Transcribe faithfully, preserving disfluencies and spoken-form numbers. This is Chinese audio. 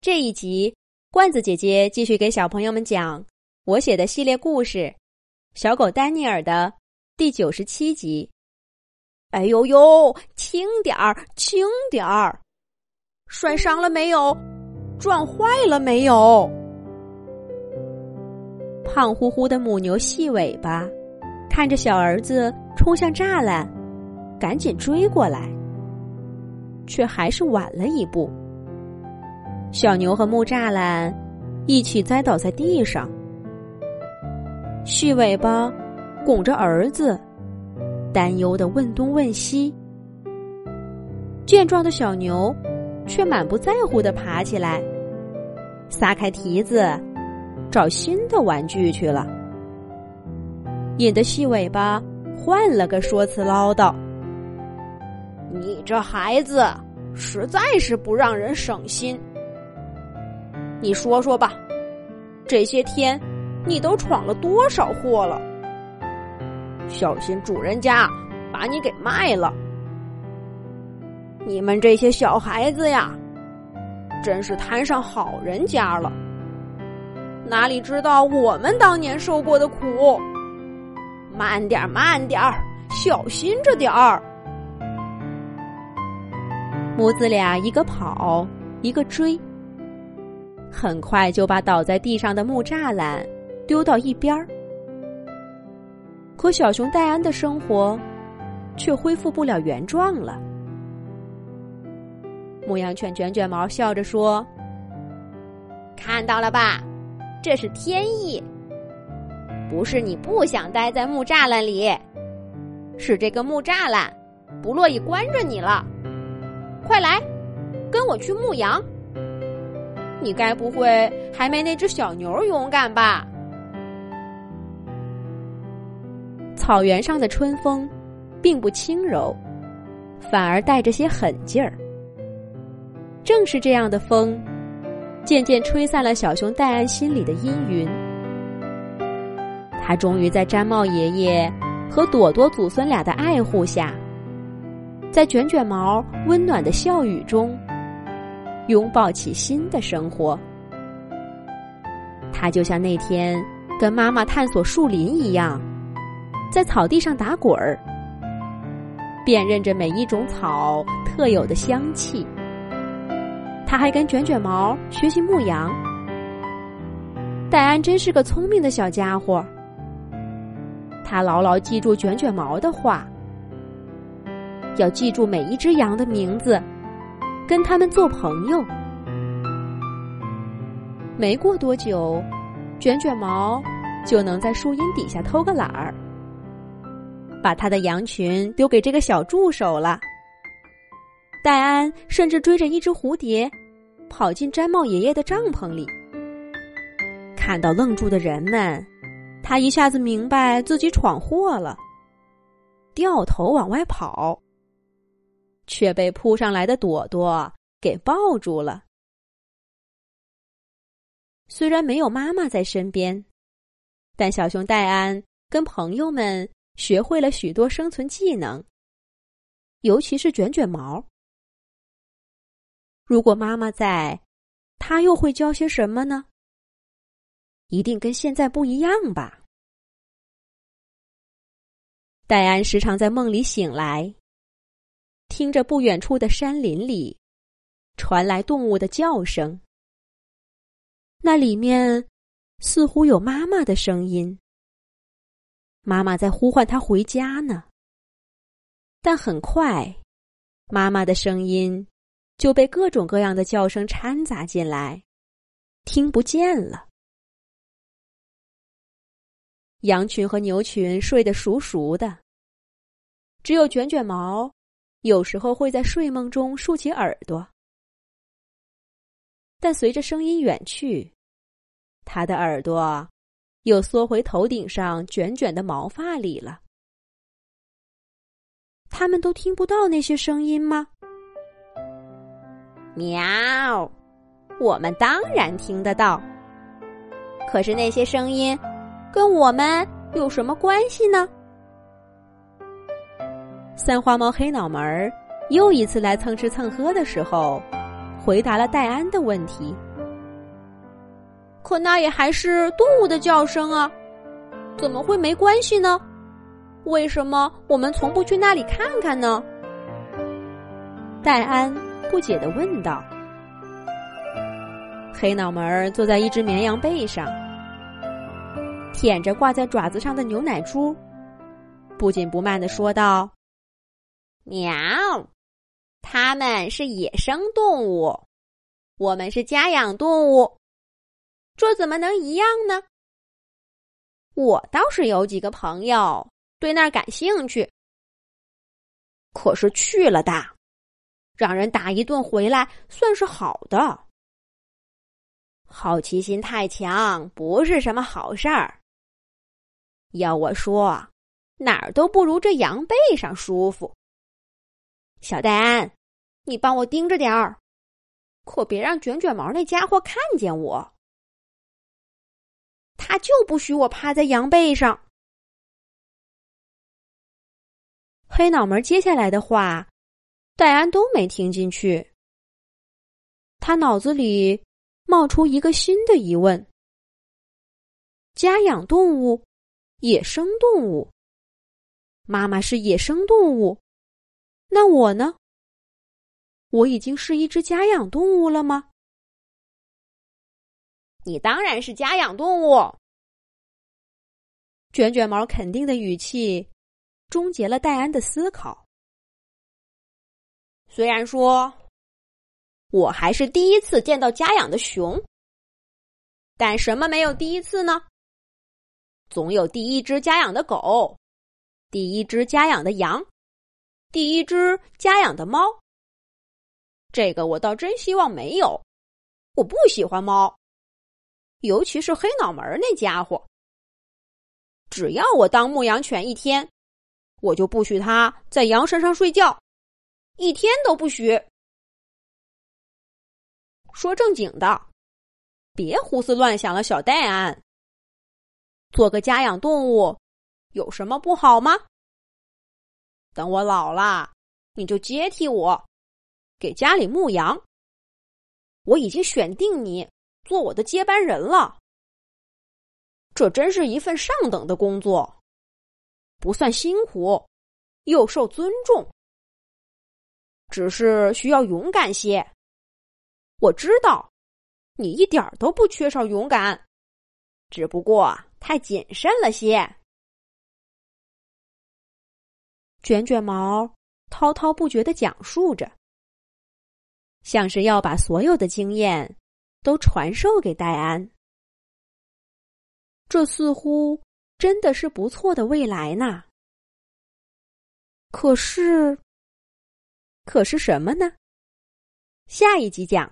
这一集，罐子姐姐继续给小朋友们讲我写的系列故事《小狗丹尼尔》的第九十七集。哎呦呦，轻点儿，轻点儿！摔伤了没有？撞坏了没有？胖乎乎的母牛细尾巴看着小儿子冲向栅栏，赶紧追过来，却还是晚了一步。小牛和木栅栏一起栽倒在地上，细尾巴拱着儿子，担忧地问东问西。健壮的小牛却满不在乎地爬起来，撒开蹄子找新的玩具去了，引得细尾巴换了个说辞唠叨：你这孩子实在是不让人省心。你说说吧，这些天你都闯了多少祸了？小心主人家把你给卖了。你们这些小孩子呀，真是摊上好人家了，哪里知道我们当年受过的苦。慢点慢点，小心着点儿。母子俩一个跑一个追，很快就把倒在地上的木栅栏丢到一边儿。可小熊戴安的生活却恢复不了原状了。牧羊犬卷卷毛笑着说：看到了吧，这是天意，不是你不想待在木栅栏里，是这个木栅栏不乐意关着你了。快来跟我去牧羊，你该不会还没那只小牛勇敢吧？草原上的春风并不轻柔，反而带着些狠劲儿。正是这样的风，渐渐吹散了小熊戴安心里的阴云。他终于在毡帽爷爷和朵朵祖孙俩的爱护下，在卷卷毛温暖的笑语中，拥抱起新的生活。他就像那天跟妈妈探索树林一样，在草地上打滚儿，辨认着每一种草特有的香气。他还跟卷卷毛学习牧羊。戴安真是个聪明的小家伙，他牢牢记住卷卷毛的话，要记住每一只羊的名字，跟他们做朋友。没过多久，卷卷毛就能在树荫底下偷个懒儿，把他的羊群丢给这个小助手了。戴安甚至追着一只蝴蝶跑进毡帽爷爷的帐篷里。看到愣住的人们，他一下子明白自己闯祸了，掉头往外跑，却被扑上来的朵朵给抱住了。虽然没有妈妈在身边，但小熊戴安跟朋友们学会了许多生存技能，尤其是卷卷毛。如果妈妈在，她又会教些什么呢？一定跟现在不一样吧。戴安时常在梦里醒来，听着不远处的山林里传来动物的叫声，那里面似乎有妈妈的声音，妈妈在呼唤他回家呢。但很快，妈妈的声音就被各种各样的叫声掺杂进来，听不见了。羊群和牛群睡得熟熟的，只有卷卷毛有时候会在睡梦中竖起耳朵。但随着声音远去，他的耳朵又缩回头顶上卷卷的毛发里了。他们都听不到那些声音吗？喵，我们当然听得到。可是那些声音跟我们有什么关系呢？三花猫黑脑门又一次来蹭吃蹭喝的时候，回答了戴安的问题。 可那也还是动物的叫声啊，怎么会没关系呢？为什么我们从不去那里看看呢？戴安不解地问道。黑脑门儿坐在一只绵羊背上，舔着挂在爪子上的牛奶珠，不紧不慢地说道：喵，它们是野生动物，我们是家养动物，这怎么能一样呢？我倒是有几个朋友对那儿感兴趣，可是去了的，让人打一顿回来算是好的。好奇心太强不是什么好事儿。要我说，哪儿都不如这羊背上舒服。小戴安，你帮我盯着点儿，可别让卷卷毛那家伙看见我。他就不许我趴在羊背上。黑脑门接下来的话，戴安都没听进去。他脑子里冒出一个新的疑问：家养动物，野生动物，妈妈是野生动物，那我呢？我已经是一只家养动物了吗？你当然是家养动物。卷卷毛肯定的语气终结了戴安的思考。虽然说我还是第一次见到家养的熊，但什么没有第一次呢？总有第一只家养的狗，第一只家养的羊，第一只家养的猫。这个我倒真希望没有，我不喜欢猫，尤其是黑脑门那家伙。只要我当牧羊犬一天，我就不许它在羊身上睡觉，一天都不许。说正经的，别胡思乱想了，小戴安。做个家养动物有什么不好吗？等我老了，你就接替我，给家里牧羊。我已经选定你做我的接班人了。这真是一份上等的工作，不算辛苦，又受尊重。只是需要勇敢些。我知道，你一点都不缺少勇敢，只不过太谨慎了些。卷卷毛滔滔不绝地讲述着，像是要把所有的经验都传授给戴安。这似乎真的是不错的未来呢。可是，可是什么呢？下一集讲。